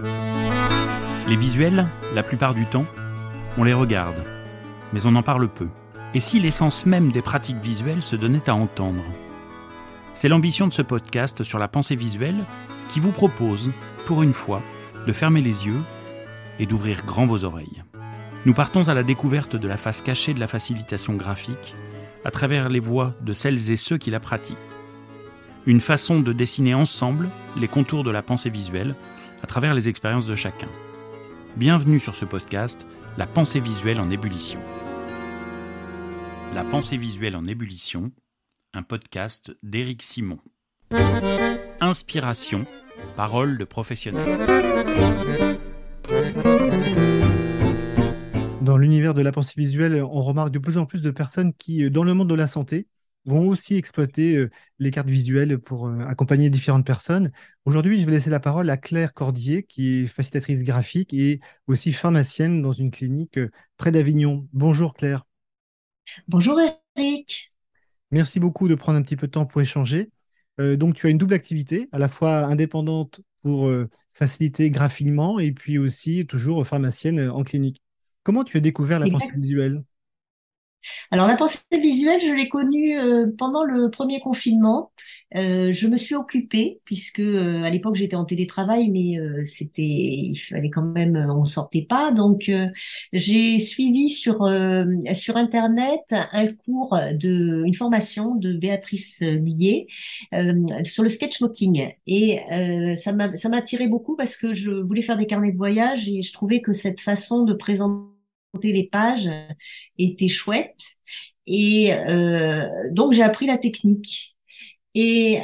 Les visuels, la plupart du temps, on les regarde, mais on en parle peu. Et si l'essence même des pratiques visuelles se donnait à entendre ? C'est l'ambition de ce podcast sur la pensée visuelle qui vous propose, pour une fois, de fermer les yeux et d'ouvrir grand vos oreilles. Nous partons à la découverte de la face cachée de la facilitation graphique à travers les voix de celles et ceux qui la pratiquent. Une façon de dessiner ensemble les contours de la pensée visuelle à travers les expériences de chacun. Bienvenue sur ce podcast, La pensée visuelle en ébullition. La pensée visuelle en ébullition, un podcast d'Éric Simon. Inspiration, parole de professionnel. Dans l'univers de la pensée visuelle, on remarque de plus en plus de personnes qui, dans le monde de la santé, vont aussi exploiter les cartes visuelles pour accompagner différentes personnes. Aujourd'hui, je vais laisser la parole à Claire Cordier, qui est facilitatrice graphique et aussi pharmacienne dans une clinique près d'Avignon. Bonjour Claire. Bonjour Eric. Merci beaucoup de prendre un petit peu de temps pour échanger. Donc, tu as une double activité, à la fois indépendante pour faciliter graphiquement et puis aussi toujours pharmacienne en clinique. Comment tu as découvert la pensée Exact. visuelle? Alors la pensée visuelle, je l'ai connue pendant le premier confinement. Je me suis occupée puisque à l'époque j'étais en télétravail, mais il fallait quand même, on sortait pas. Donc j'ai suivi sur Internet une formation de Béatrice Millet sur le sketchnoting et ça m'a attiré beaucoup parce que je voulais faire des carnets de voyage et je trouvais que cette façon de présenter les pages était chouette et donc j'ai appris la technique et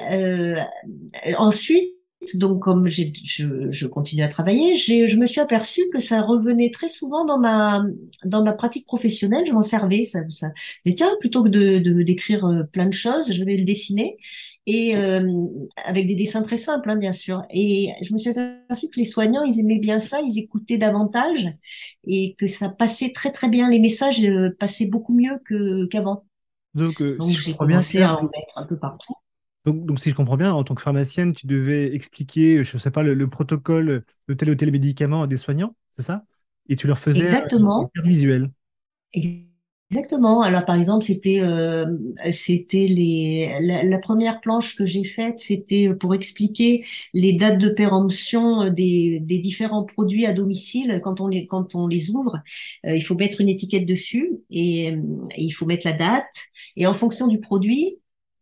ensuite donc comme je continue à travailler, je me suis aperçue que ça revenait très souvent dans ma pratique professionnelle. Je m'en servais, mais tiens, plutôt que d'écrire plein de choses, je vais le dessiner et avec des dessins très simples, hein, bien sûr. Et je me suis aperçue que les soignants, ils aimaient bien ça, ils écoutaient davantage et que ça passait très très bien. Les messages passaient beaucoup mieux qu'avant. Donc, si Donc je j'ai comprends bien, commencé Claire, à en mettre un peu partout. donc, si je comprends bien, en tant que pharmacienne, tu devais expliquer, je ne sais pas, le protocole de tel ou tel médicament à des soignants, c'est ça? Et tu leur faisais une Exactement. carte visuelle. Exactement. Alors par exemple, c'était la première planche que j'ai faite, c'était pour expliquer les dates de péremption des différents produits à domicile quand on les ouvre. Il faut mettre une étiquette dessus et il faut mettre la date. Et en fonction du produit,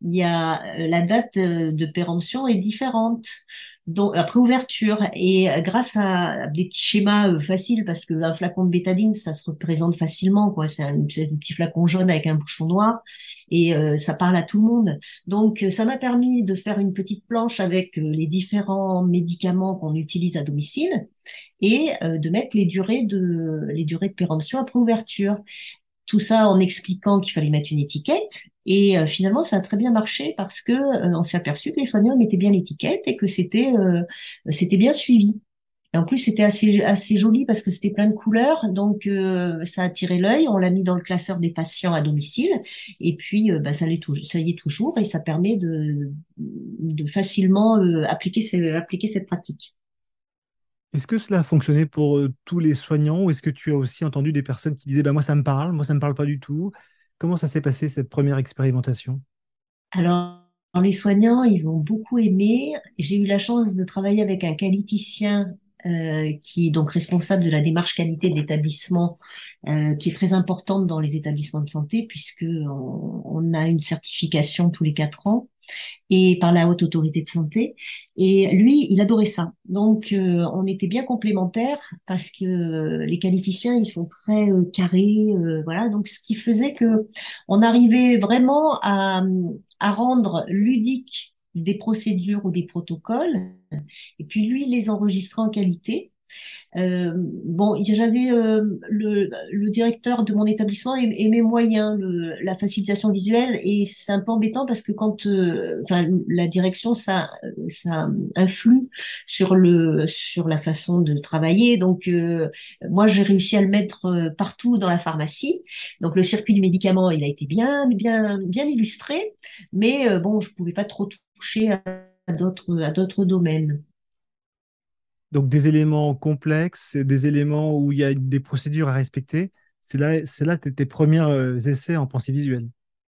la date de péremption est différente. Donc, après ouverture, et grâce à des petits schémas faciles, parce qu'un flacon de bétadine, ça se représente facilement, quoi. C'est un petit flacon jaune avec un bouchon noir, et ça parle à tout le monde. Donc, ça m'a permis de faire une petite planche avec les différents médicaments qu'on utilise à domicile, et de mettre les durées de péremption après ouverture. Tout ça en expliquant qu'il fallait mettre une étiquette. Et finalement, ça a très bien marché parce que on s'est aperçu que les soignants mettaient bien l'étiquette et que c'était bien suivi. Et en plus, c'était assez joli parce que c'était plein de couleurs, donc ça attirait l'œil. On l'a mis dans le classeur des patients à domicile, et puis ça y est toujours, et ça permet de facilement appliquer cette pratique. Est-ce que cela a fonctionné pour tous les soignants ou est-ce que tu as aussi entendu des personnes qui disaient, bah, moi ça me parle pas du tout. Comment ça s'est passé cette première expérimentation? Alors, les soignants, ils ont beaucoup aimé. J'ai eu la chance de travailler avec un qualiticien qui est donc responsable de la démarche qualité de l'établissement, qui est très importante dans les établissements de santé puisque on a une certification tous les 4 ans et par la haute autorité de santé. Et lui, il adorait ça. Donc, on était bien complémentaires parce que les qualiticiens, ils sont très carrés, voilà. Donc, ce qui faisait que on arrivait vraiment à rendre ludique des procédures ou des protocoles, et puis lui, il les enregistrait en qualité. Bon, j'avais le directeur de mon établissement aimait moyen la facilitation visuelle, et c'est un peu embêtant parce que enfin, la direction, ça influe sur la façon de travailler. Donc moi, j'ai réussi à le mettre partout dans la pharmacie. Donc le circuit du médicament, il a été bien bien bien illustré, mais bon, je pouvais pas trop toucher à d'autres domaines. Donc des éléments complexes, des éléments où il y a des procédures à respecter. C'est là tes premiers essais en pensée visuelle.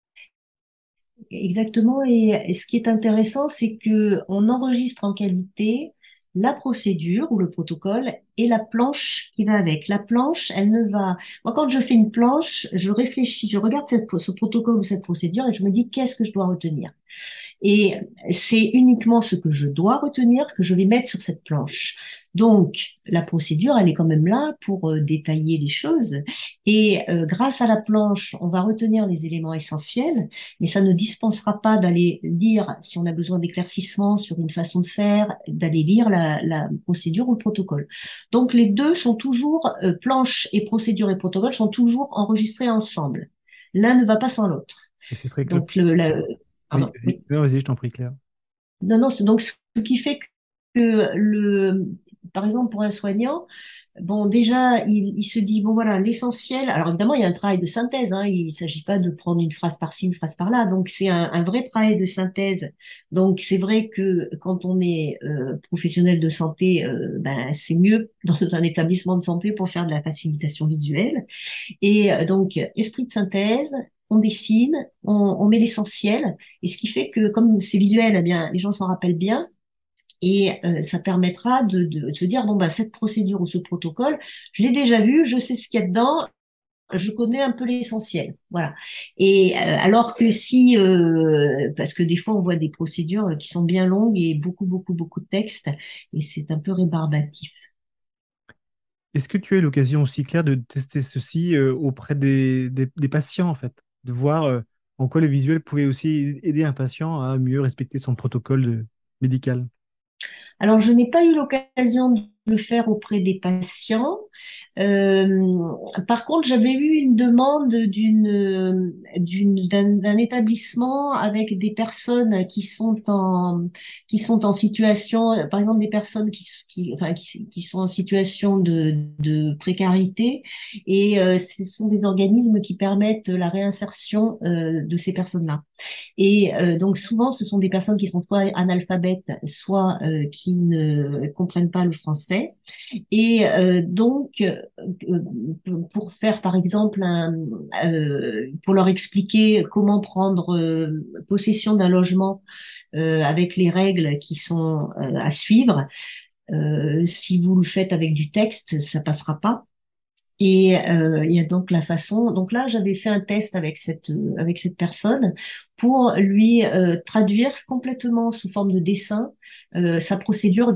Exactement. Et ce qui est intéressant, c'est que on enregistre en qualité la procédure ou le protocole et la planche qui va avec. La planche, elle ne va. Moi, quand je fais une planche, je réfléchis, je regarde ce protocole ou cette procédure et je me dis qu'est-ce que je dois retenir. Et c'est uniquement ce que je dois retenir que je vais mettre sur cette planche. Donc, la procédure, elle est quand même là pour détailler les choses. Et grâce à la planche, on va retenir les éléments essentiels, mais ça ne dispensera pas d'aller lire, si on a besoin d'éclaircissement sur une façon de faire, d'aller lire la procédure ou le protocole. Donc, les deux sont toujours, planche et procédure et protocole sont toujours enregistrés ensemble. L'un ne va pas sans l'autre. Et c'est très clair. Donc, Oui, pardon, vas-y. oui. Non, vas-y, je t'en prie, Claire. Non, non, donc ce qui fait que par exemple pour un soignant, bon déjà il se dit bon voilà l'essentiel. Alors évidemment il y a un travail de synthèse, hein, il s'agit pas de prendre une phrase par-ci, une phrase par-là. Donc c'est un vrai travail de synthèse. Donc c'est vrai que quand on est professionnel de santé, ben c'est mieux dans un établissement de santé pour faire de la facilitation visuelle. Et donc, esprit de synthèse, on dessine, on met l'essentiel, et ce qui fait que comme c'est visuel, eh bien, les gens s'en rappellent bien, et ça permettra de se dire, bon, bah, cette procédure ou ce protocole, je l'ai déjà vu, je sais ce qu'il y a dedans, je connais un peu l'essentiel. Voilà. Et alors que si, parce que des fois, on voit des procédures qui sont bien longues et beaucoup, beaucoup, beaucoup de textes, et c'est un peu rébarbatif. Est-ce que tu as eu l'occasion aussi, Claire, de tester ceci auprès des patients, en fait, de voir en quoi le visuel pouvait aussi aider un patient à mieux respecter son protocole médical? Alors, je n'ai pas eu l'occasion de le faire auprès des patients. Euh, Par contre, j'avais eu une demande d'un établissement avec des personnes qui sont en situation, par exemple des personnes enfin, qui sont en situation de précarité, et ce sont des organismes qui permettent la réinsertion de ces personnes-là. Et donc souvent, ce sont des personnes qui sont soit analphabètes, soit qui ne comprennent pas le français. Et donc, pour faire par exemple pour leur expliquer comment prendre possession d'un logement avec les règles qui sont à suivre, si vous le faites avec du texte, ça passera pas. Et il y a donc la façon. Donc là, j'avais fait un test avec cette personne pour lui traduire complètement sous forme de dessin sa procédure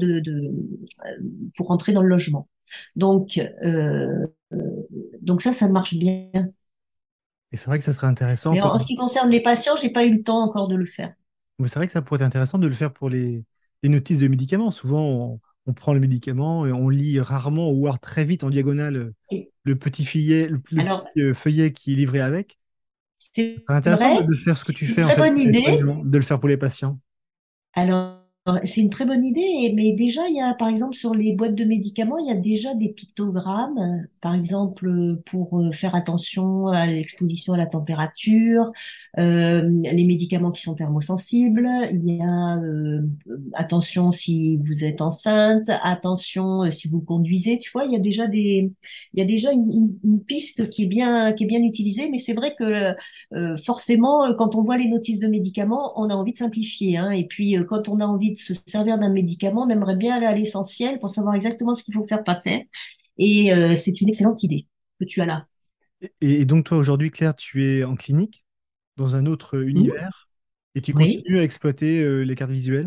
pour entrer dans le logement. Donc donc ça marche bien. Et c'est vrai que ça serait intéressant Mais en ce qui concerne les patients, j'ai pas eu le temps encore de le faire. mais c'est vrai que ça pourrait être intéressant de le faire pour les notices de médicaments. Souvent, on prend le médicament et on lit rarement ou voire très vite en diagonale Et le petit feuillet, le alors, petit feuillet qui est livré avec. Ça c'est serait intéressant vrai, de faire ce que c'est tu une fais en très fait bonne pour les idée. soignants, de le faire pour les patients. Alors, c'est une très bonne idée, mais déjà, il y a, par exemple, sur les boîtes de médicaments, il y a déjà des pictogrammes, par exemple, pour faire attention à l'exposition à la température, les médicaments qui sont thermosensibles, il y a attention si vous êtes enceinte, attention si vous conduisez, tu vois, il y a déjà une piste qui est bien utilisée, mais c'est vrai que forcément, quand on voit les notices de médicaments, on a envie de simplifier, hein. Et puis, quand on a envie de se servir d'un médicament, on aimerait bien aller à l'essentiel pour savoir exactement ce qu'il faut faire, pas faire. Et c'est une excellente idée que tu as là. Et donc toi aujourd'hui, Claire, tu es en clinique dans un autre Mhm. univers et tu Oui. continues à exploiter les cartes visuelles.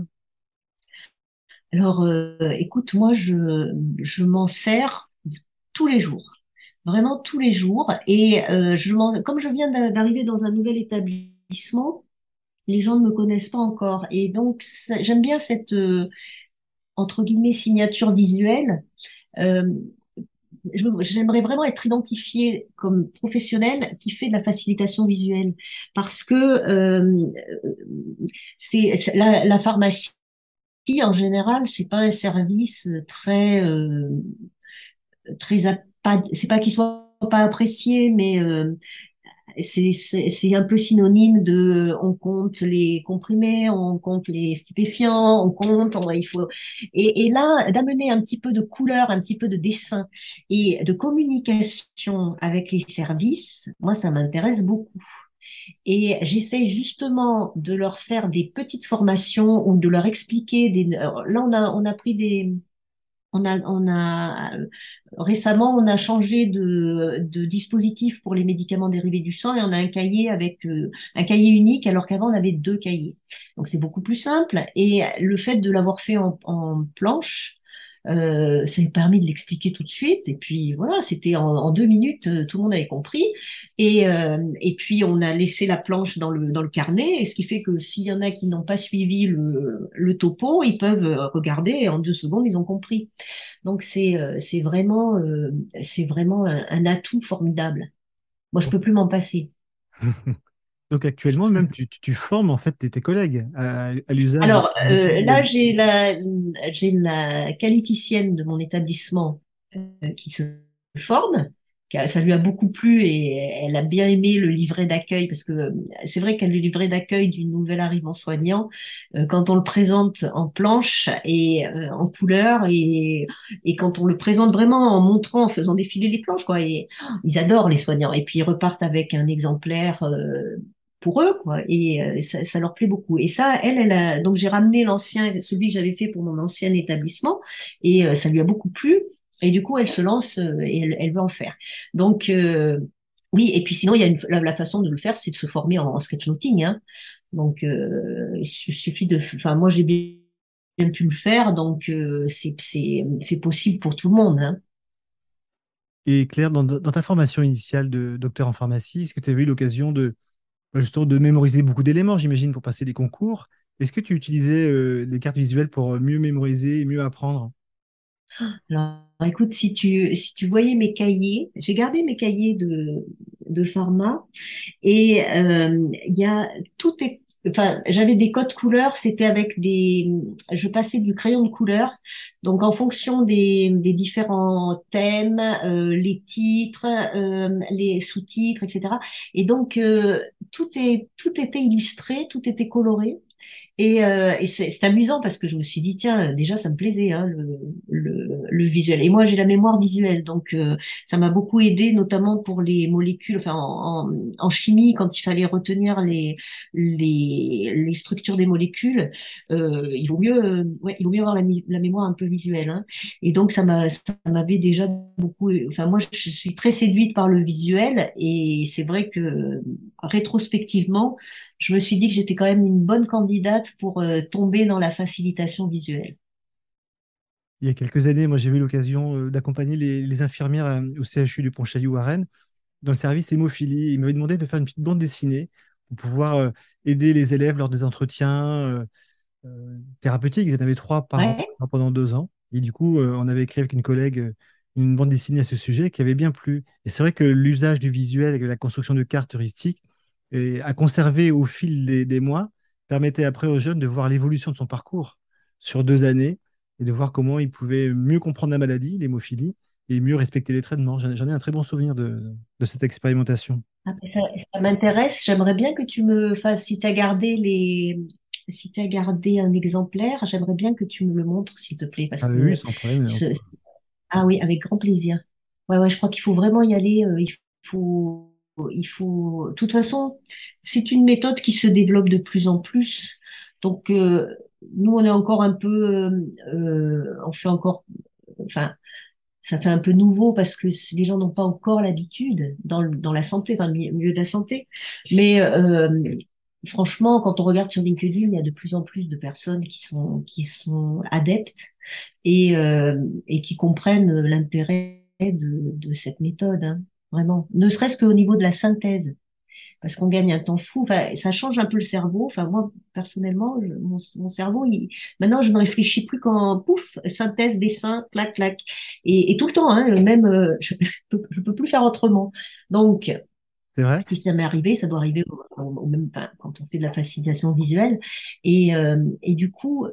Alors, écoute, moi, je m'en sers tous les jours. Vraiment tous les jours. Et comme je viens d'arriver dans un nouvel établissement, les gens ne me connaissent pas encore. Et donc, j'aime bien cette, entre guillemets, signature visuelle. Euh, J'aimerais vraiment être identifiée comme professionnelle qui fait de la facilitation visuelle parce que la pharmacie en général, c'est pas un service très c'est pas qu'il soit pas apprécié, mais c'est un peu synonyme de, on compte les comprimés, on compte les stupéfiants, il faut, et là, d'amener un petit peu de couleur, un petit peu de dessin et de communication avec les services, moi, ça m'intéresse beaucoup. Et j'essaie justement de leur faire des petites formations ou de leur expliquer là, on a pris on a récemment, on a changé de dispositif pour les médicaments dérivés du sang et on a un cahier avec un cahier unique alors qu'avant on avait deux cahiers. Donc c'est beaucoup plus simple et le fait de l'avoir fait en planche, ça m'a permis de l'expliquer tout de suite. Et puis voilà, c'était en 2 minutes, tout le monde avait compris. Et puis on a laissé la planche dans le carnet, et ce qui fait que s'il y en a qui n'ont pas suivi le topo, ils peuvent regarder et en 2 secondes ils ont compris. Donc c'est vraiment un atout formidable. Moi je peux plus m'en passer. Donc actuellement, même tu formes en fait tes collègues à l'usage Alors de là j'ai la qualiticienne de mon établissement qui se forme. Ça lui a beaucoup plu et elle a bien aimé le livret d'accueil parce que c'est vrai que le livret d'accueil du nouvel arrivant soignant, quand on le présente en planche et en couleur et quand on le présente vraiment en montrant, en faisant défiler les planches, quoi, et ils adorent les soignants. Et puis ils repartent avec un exemplaire pour eux, quoi, et ça leur plaît beaucoup. Et ça, donc j'ai ramené celui que j'avais fait pour mon ancien établissement, et ça lui a beaucoup plu. Et du coup, elle se lance et elle veut en faire. Donc, oui, et puis sinon, il y a la façon de le faire, c'est de se former en sketchnoting, hein. Donc, il suffit enfin, moi, j'ai bien pu le faire, donc c'est possible pour tout le monde, hein. Et Claire, dans ta formation initiale de docteur en pharmacie, est-ce que tu as eu l'occasion justement de mémoriser beaucoup d'éléments, j'imagine, pour passer des concours? Est-ce que tu utilisais les cartes visuelles pour mieux mémoriser et mieux apprendre? Alors, écoute, si tu voyais mes cahiers, j'ai gardé mes cahiers de pharma. Et il y a tout est enfin j'avais des codes couleurs, c'était avec je passais du crayon de couleur, donc en fonction des différents thèmes, les titres, les sous-titres, etc. Et donc tout était illustré, tout était coloré. Et c'est amusant parce que je me suis dit, tiens, déjà, ça me plaisait, hein, le visuel. Et moi, j'ai la mémoire visuelle, donc ça m'a beaucoup aidé, notamment pour les molécules, enfin, en chimie, quand il fallait retenir les structures des molécules, il vaut mieux avoir la mémoire un peu visuelle, hein. Et donc, ça m'avait déjà beaucoup, enfin, moi, je suis très séduite par le visuel, et c'est vrai que rétrospectivement, je me suis dit que j'étais quand même une bonne candidate pour tomber dans la facilitation visuelle. Il y a quelques années, moi, j'ai eu l'occasion d'accompagner les infirmières au CHU du Pont-Chaillou à Rennes dans le service hémophilie. Ils m'avaient demandé de faire une petite bande dessinée pour pouvoir aider les élèves lors des entretiens thérapeutiques. Ils en avaient 3 par an Ouais. pendant 2 ans. Et du coup, on avait écrit avec une collègue une bande dessinée à ce sujet qui avait bien plu. Et c'est vrai que l'usage du visuel avec la construction de cartes heuristiques a conservé au fil des mois permettait après aux jeunes de voir l'évolution de son parcours sur 2 années et de voir comment ils pouvaient mieux comprendre la maladie, l'hémophilie, et mieux respecter les traitements. J'en ai un très bon souvenir de cette expérimentation. Ah, ben ça m'intéresse. J'aimerais bien que tu me fasses, si tu as gardé un exemplaire, j'aimerais bien que tu me le montres, s'il te plaît, parce Ah oui, que sans problème. ce- ah oui, avec grand plaisir. Ouais, ouais, je crois qu'il faut vraiment y aller. Faut, de toute façon, c'est une méthode qui se développe de plus en plus. Donc, nous, on est encore un peu, on fait encore, enfin, ça fait un peu nouveau parce que les gens n'ont pas encore l'habitude dans la santé, enfin, le milieu de la santé. Mais franchement, quand on regarde sur LinkedIn, il y a de plus en plus de personnes qui sont adeptes et qui comprennent l'intérêt de cette méthode, hein, vraiment. Ne serait-ce qu'au niveau de la synthèse, parce qu'on gagne un temps fou. Enfin, ça change un peu le cerveau. Enfin, moi, personnellement, mon cerveau, maintenant, je ne réfléchis plus qu'en pouf, synthèse, dessin, clac, clac. Et tout le temps, hein, même, je peux plus faire autrement. Donc, C'est vrai? si ça m'est arrivé, ça doit arriver au même, enfin, quand on fait de la fascination visuelle. Et du coup,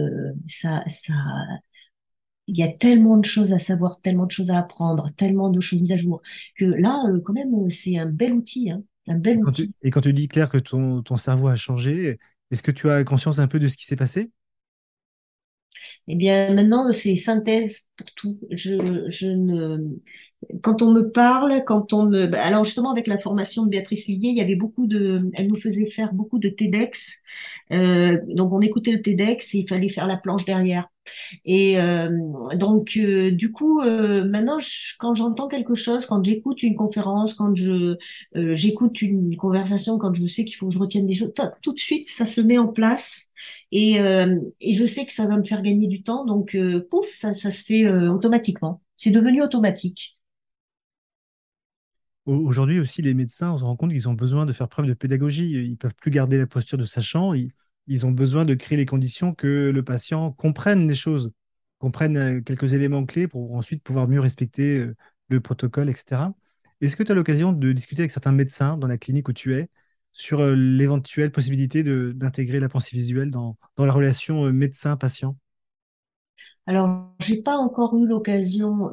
il y a tellement de choses à savoir, tellement de choses à apprendre, tellement de choses mises à jour, que là, quand même, c'est un bel outil, hein. un bel outil. Et quand tu dis, Claire, que ton cerveau a changé, est-ce que tu as conscience un peu de ce qui s'est passé? Eh bien, maintenant, c'est synthèse pour tout. Je ne, quand on me parle, alors justement avec la formation de Béatrice Lillier, il y avait elle nous faisait faire beaucoup de TEDx. Donc on écoutait le TEDx et il fallait faire la planche derrière. Et donc, du coup, maintenant, quand j'entends quelque chose, quand j'écoute une conférence, j'écoute une conversation, quand je sais qu'il faut que je retienne des choses, tout de suite, ça se met en place et je sais que ça va me faire gagner du temps. Donc, pouf, ça se fait automatiquement. C'est devenu automatique. Aujourd'hui aussi, les médecins, on se rend compte qu'ils ont besoin de faire preuve de pédagogie. Ils peuvent plus garder la posture de sachant. Ils ont besoin de créer les conditions que le patient comprenne les choses, comprenne quelques éléments clés pour ensuite pouvoir mieux respecter le protocole, etc. Est-ce que tu as l'occasion de discuter avec certains médecins dans la clinique où tu es sur l'éventuelle possibilité d'intégrer la pensée visuelle dans la relation médecin-patient? Alors, j'ai pas encore eu l'occasion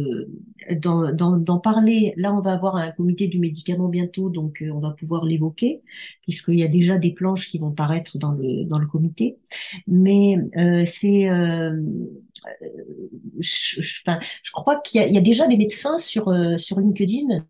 d'en parler. Là, on va avoir un comité du médicament bientôt, donc on va pouvoir l'évoquer, puisqu'il y a déjà des planches qui vont paraître dans le comité. Mais enfin, je crois qu'il y a déjà des médecins sur LinkedIn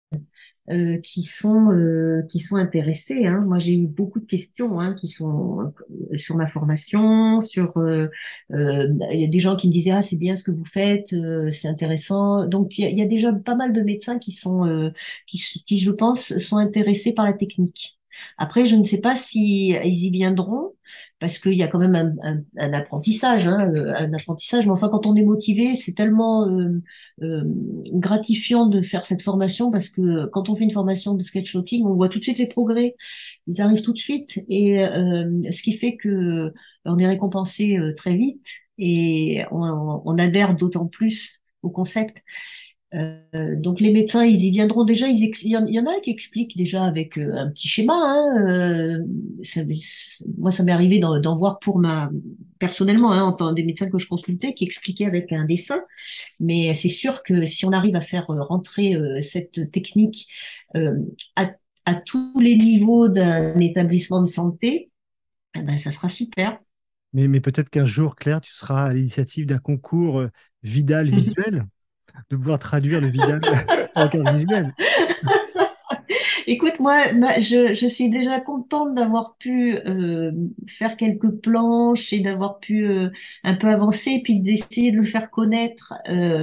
qui sont intéressés, hein. Moi, j'ai eu beaucoup de questions, hein, qui sont sur ma formation, il y a des gens qui me disaient ah c'est bien ce que vous faites, c'est intéressant. Donc il y a déjà pas mal de médecins qui je pense sont intéressés par la technique. Après, je ne sais pas si ils y viendront parce qu'il y a quand même un apprentissage, hein, un apprentissage. Mais enfin, quand on est motivé, c'est tellement euh, gratifiant de faire cette formation parce que quand on fait une formation de sketchnoting, on voit tout de suite les progrès. Ils arrivent tout de suite et ce qui fait que on est récompensé très vite et on adhère d'autant plus au concept. Donc les médecins, ils y viendront déjà. Il y en a qui expliquent déjà avec un petit schéma, hein, moi, ça m'est arrivé d'en voir personnellement, hein, en tant des médecins que je consultais, qui expliquaient avec un dessin. Mais c'est sûr que si on arrive à faire rentrer cette technique euh, à, à tous les niveaux d'un établissement de santé, eh ben, ça sera super. Mais peut-être qu'un jour, Claire, tu seras à l'initiative d'un concours Vidal visuel, de pouvoir traduire le Vidal en carte visuelle. Écoute, moi, je suis déjà contente d'avoir pu faire quelques planches et d'avoir pu un peu avancer, et puis d'essayer de le faire connaître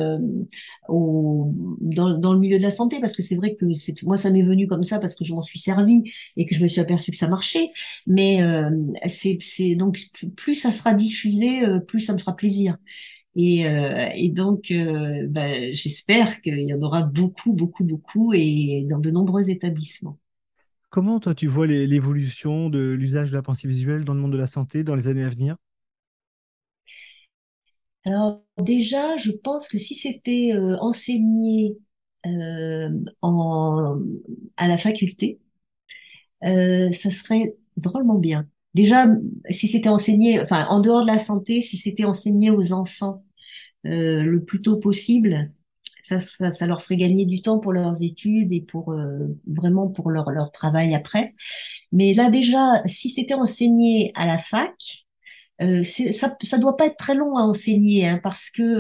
dans le milieu de la santé, parce que c'est vrai que moi, ça m'est venu comme ça parce que je m'en suis servi et que je me suis aperçue que ça marchait. Mais donc plus ça sera diffusé, plus ça me fera plaisir. Et donc, j'espère qu'il y en aura beaucoup, beaucoup, beaucoup et dans de nombreux établissements. Comment toi tu vois l'évolution de l'usage de la pensée visuelle dans le monde de la santé dans les années à venir? Alors déjà, je pense que si c'était enseigné euh, en, à la faculté, ça serait drôlement bien. Déjà, si c'était enseigné, enfin en dehors de la santé, si c'était enseigné aux enfants le plus tôt possible, ça leur ferait gagner du temps pour leurs études et pour vraiment pour leur travail après. Mais là déjà, si c'était enseigné à la fac, ça doit pas être très long à enseigner, hein, parce que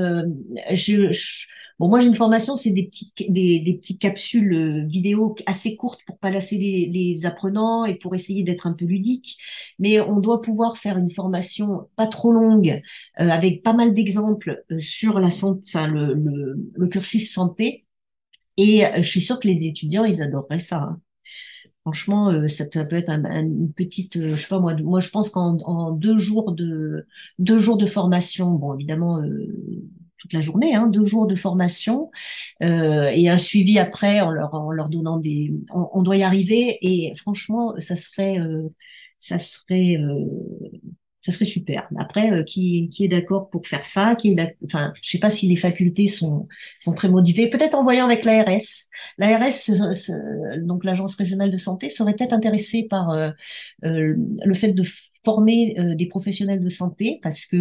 bon, moi j'ai une formation, c'est des petites capsules vidéo assez courtes pour pas lasser les apprenants et pour essayer d'être un peu ludique. Mais on doit pouvoir faire une formation pas trop longue, avec pas mal d'exemples sur la santé, enfin, le cursus santé. Et je suis sûre que les étudiants, ils adoreraient ça, hein. Franchement, ça peut être une petite, je sais pas moi je pense en 2 jours de formation, bon évidemment toute la journée, hein, 2 jours de formation et un suivi après en leur donnant on doit y arriver et franchement ça serait euh, ça serait super. Après, qui est d'accord pour faire ça, enfin, je sais pas si les facultés sont très motivées. Peut-être en voyant avec l'ARS. L'ARS, donc l'Agence régionale de santé, serait peut-être intéressée par le fait de former des professionnels de santé parce que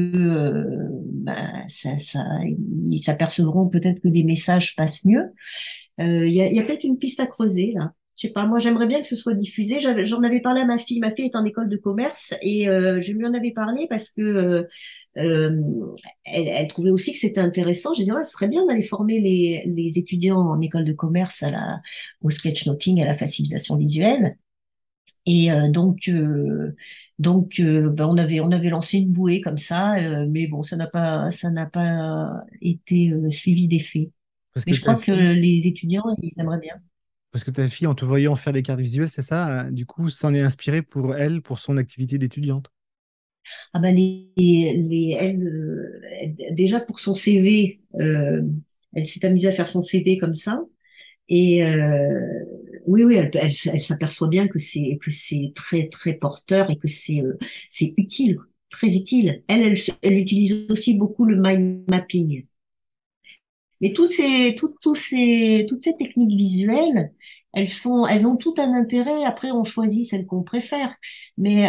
ils s'apercevront peut-être que les messages passent mieux. Il y a peut-être une piste à creuser là. Je sais pas, moi j'aimerais bien que ce soit diffusé. J'en avais parlé à ma fille. Ma fille est en école de commerce et je lui en avais parlé parce que elle trouvait aussi que c'était intéressant. J'ai dit ouais, ce serait bien d'aller former les étudiants en école de commerce au sketchnoting, à la facilitation visuelle. Et ben, on avait lancé une bouée comme ça, mais bon, ça n'a pas été suivi des faits. Parce Mais que je ta crois que fille, les étudiants, ils aimeraient bien. parce que ta fille, en te voyant faire des cartes visuelles, c'est ça, du coup, s'en est inspiré pour elle, pour son activité d'étudiante. Ah ben déjà pour son CV, elle s'est amusée à faire son CV comme ça. Et oui, oui, elle s'aperçoit bien que c'est très très porteur et que c'est utile, très utile. Elle utilise aussi beaucoup le mind mapping. Mais toutes ces techniques visuelles, elles ont tout un intérêt. Après, on choisit celle qu'on préfère. Mais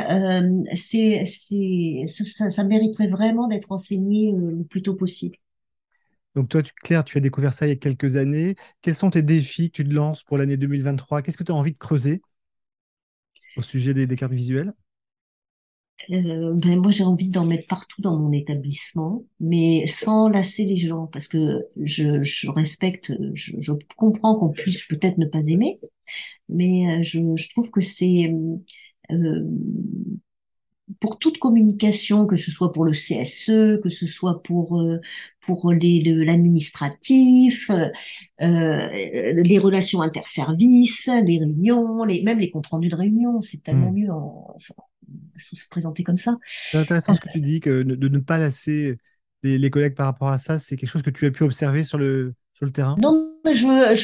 ça mériterait vraiment d'être enseigné le plus tôt possible. Donc toi, Claire, tu as découvert ça il y a quelques années. Quels sont tes défis que tu te lances pour l'année 2023? Qu'est-ce que tu as envie de creuser au sujet des cartes visuelles? Ben moi, j'ai envie d'en mettre partout dans mon établissement, mais sans lasser les gens, parce que je respecte, je comprends qu'on puisse peut-être ne pas aimer, mais je trouve que c'est euh, pour toute communication, que ce soit pour le CSE, que ce soit pour l'administratif, les relations interservices, les réunions, même les comptes rendus de réunion, c'est tellement Hmm. mieux se présenter comme ça. C'est intéressant ce que tu dis, que de ne pas lasser les collègues par rapport à ça. C'est quelque chose que tu as pu observer sur le terrain. Non, mais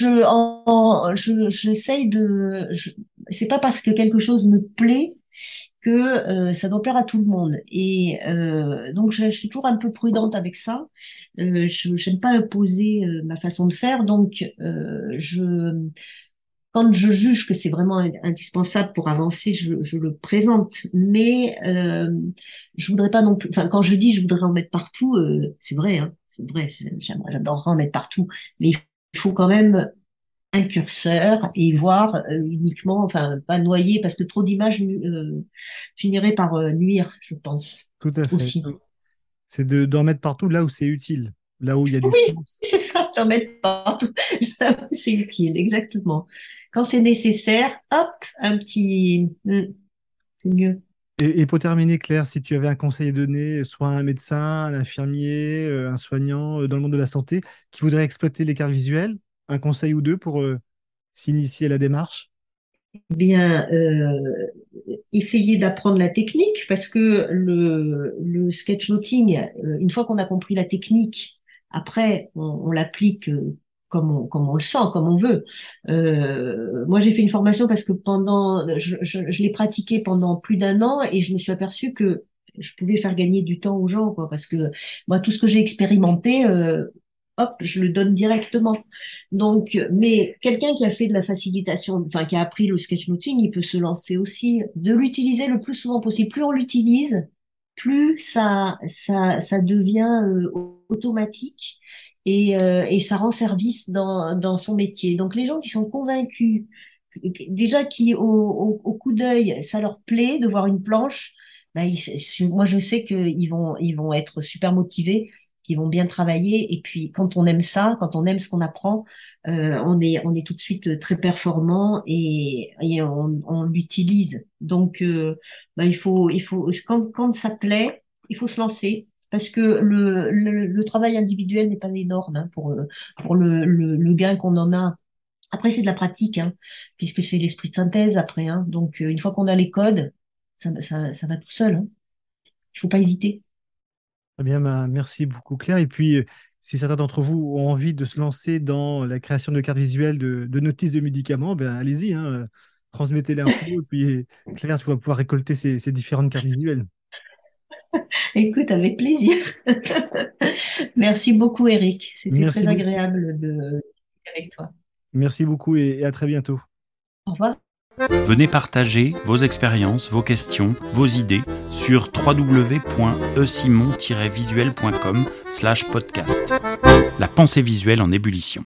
j'essaye c'est pas parce que quelque chose me plaît que ça doit plaire à tout le monde. Et donc, je suis toujours un peu prudente avec ça. Je n'aime pas imposer ma façon de faire. Donc, quand je juge que c'est vraiment indispensable pour avancer, je le présente. Mais je voudrais pas non plus. Enfin, quand je dis je voudrais en mettre partout, c'est vrai. Hein, c'est vrai. J'adorerais en mettre partout. Mais il faut quand même un curseur et voir uniquement, enfin, pas noyer, parce que trop d'images finirait par nuire, je pense, Tout à fait. aussi. C'est d'en mettre partout là où c'est utile, là où il y a du Oui, sens. c'est ça, j'en mets partout. J'avoue, c'est utile, exactement. Quand c'est nécessaire, hop, un petit... c'est mieux. Et pour terminer, Claire, si tu avais un conseil à donner, soit à un médecin, un infirmier, un soignant dans le monde de la santé, qui voudrait exploiter les cartes visuelles, un conseil ou deux pour s'initier à la démarche? Bien, essayer d'apprendre la technique, parce que le sketchnoting, une fois qu'on a compris la technique, après, on l'applique comme on le sent, comme on veut. Moi, j'ai fait une formation parce que je l'ai pratiqué pendant plus d'1 an et je me suis aperçue que je pouvais faire gagner du temps aux gens, quoi, parce que moi, tout ce que j'ai expérimenté, hop, je le donne directement. Donc, mais quelqu'un qui a fait de la facilitation, enfin, qui a appris le sketchnoting, il peut se lancer aussi, de l'utiliser le plus souvent possible. Plus on l'utilise, plus ça devient automatique et ça rend service dans son métier. Donc, les gens qui sont convaincus, déjà qui au coup d'œil, ça leur plaît de voir une planche, ben, moi, je sais qu'ils vont être super motivés, qu'ils vont bien travailler. Et puis, quand on aime ça, quand on aime ce qu'on apprend, on est tout de suite très performant et on l'utilise. Donc, ben, quand ça plaît, il faut se lancer. Parce que le travail individuel n'est pas énorme hein, pour le gain qu'on en a. Après, c'est de la pratique, hein, puisque c'est l'esprit de synthèse après. Hein. Donc, une fois qu'on a les codes, ça va tout seul. Hein. Il faut pas hésiter. Très bien, bah, merci beaucoup, Claire. Et puis, si certains d'entre vous ont envie de se lancer dans la création de cartes visuelles de notices de médicaments, ben, allez-y, hein, transmettez l'info. Et puis, Claire, tu vas pouvoir récolter ces différentes cartes visuelles. Écoute, avec plaisir. Merci beaucoup, Eric. C'était Merci très beaucoup. agréable de avec toi. Merci beaucoup et à très bientôt. Au revoir. Venez partager vos expériences, vos questions, vos idées sur www.esimon-visuel.com/podcast. La pensée visuelle en ébullition.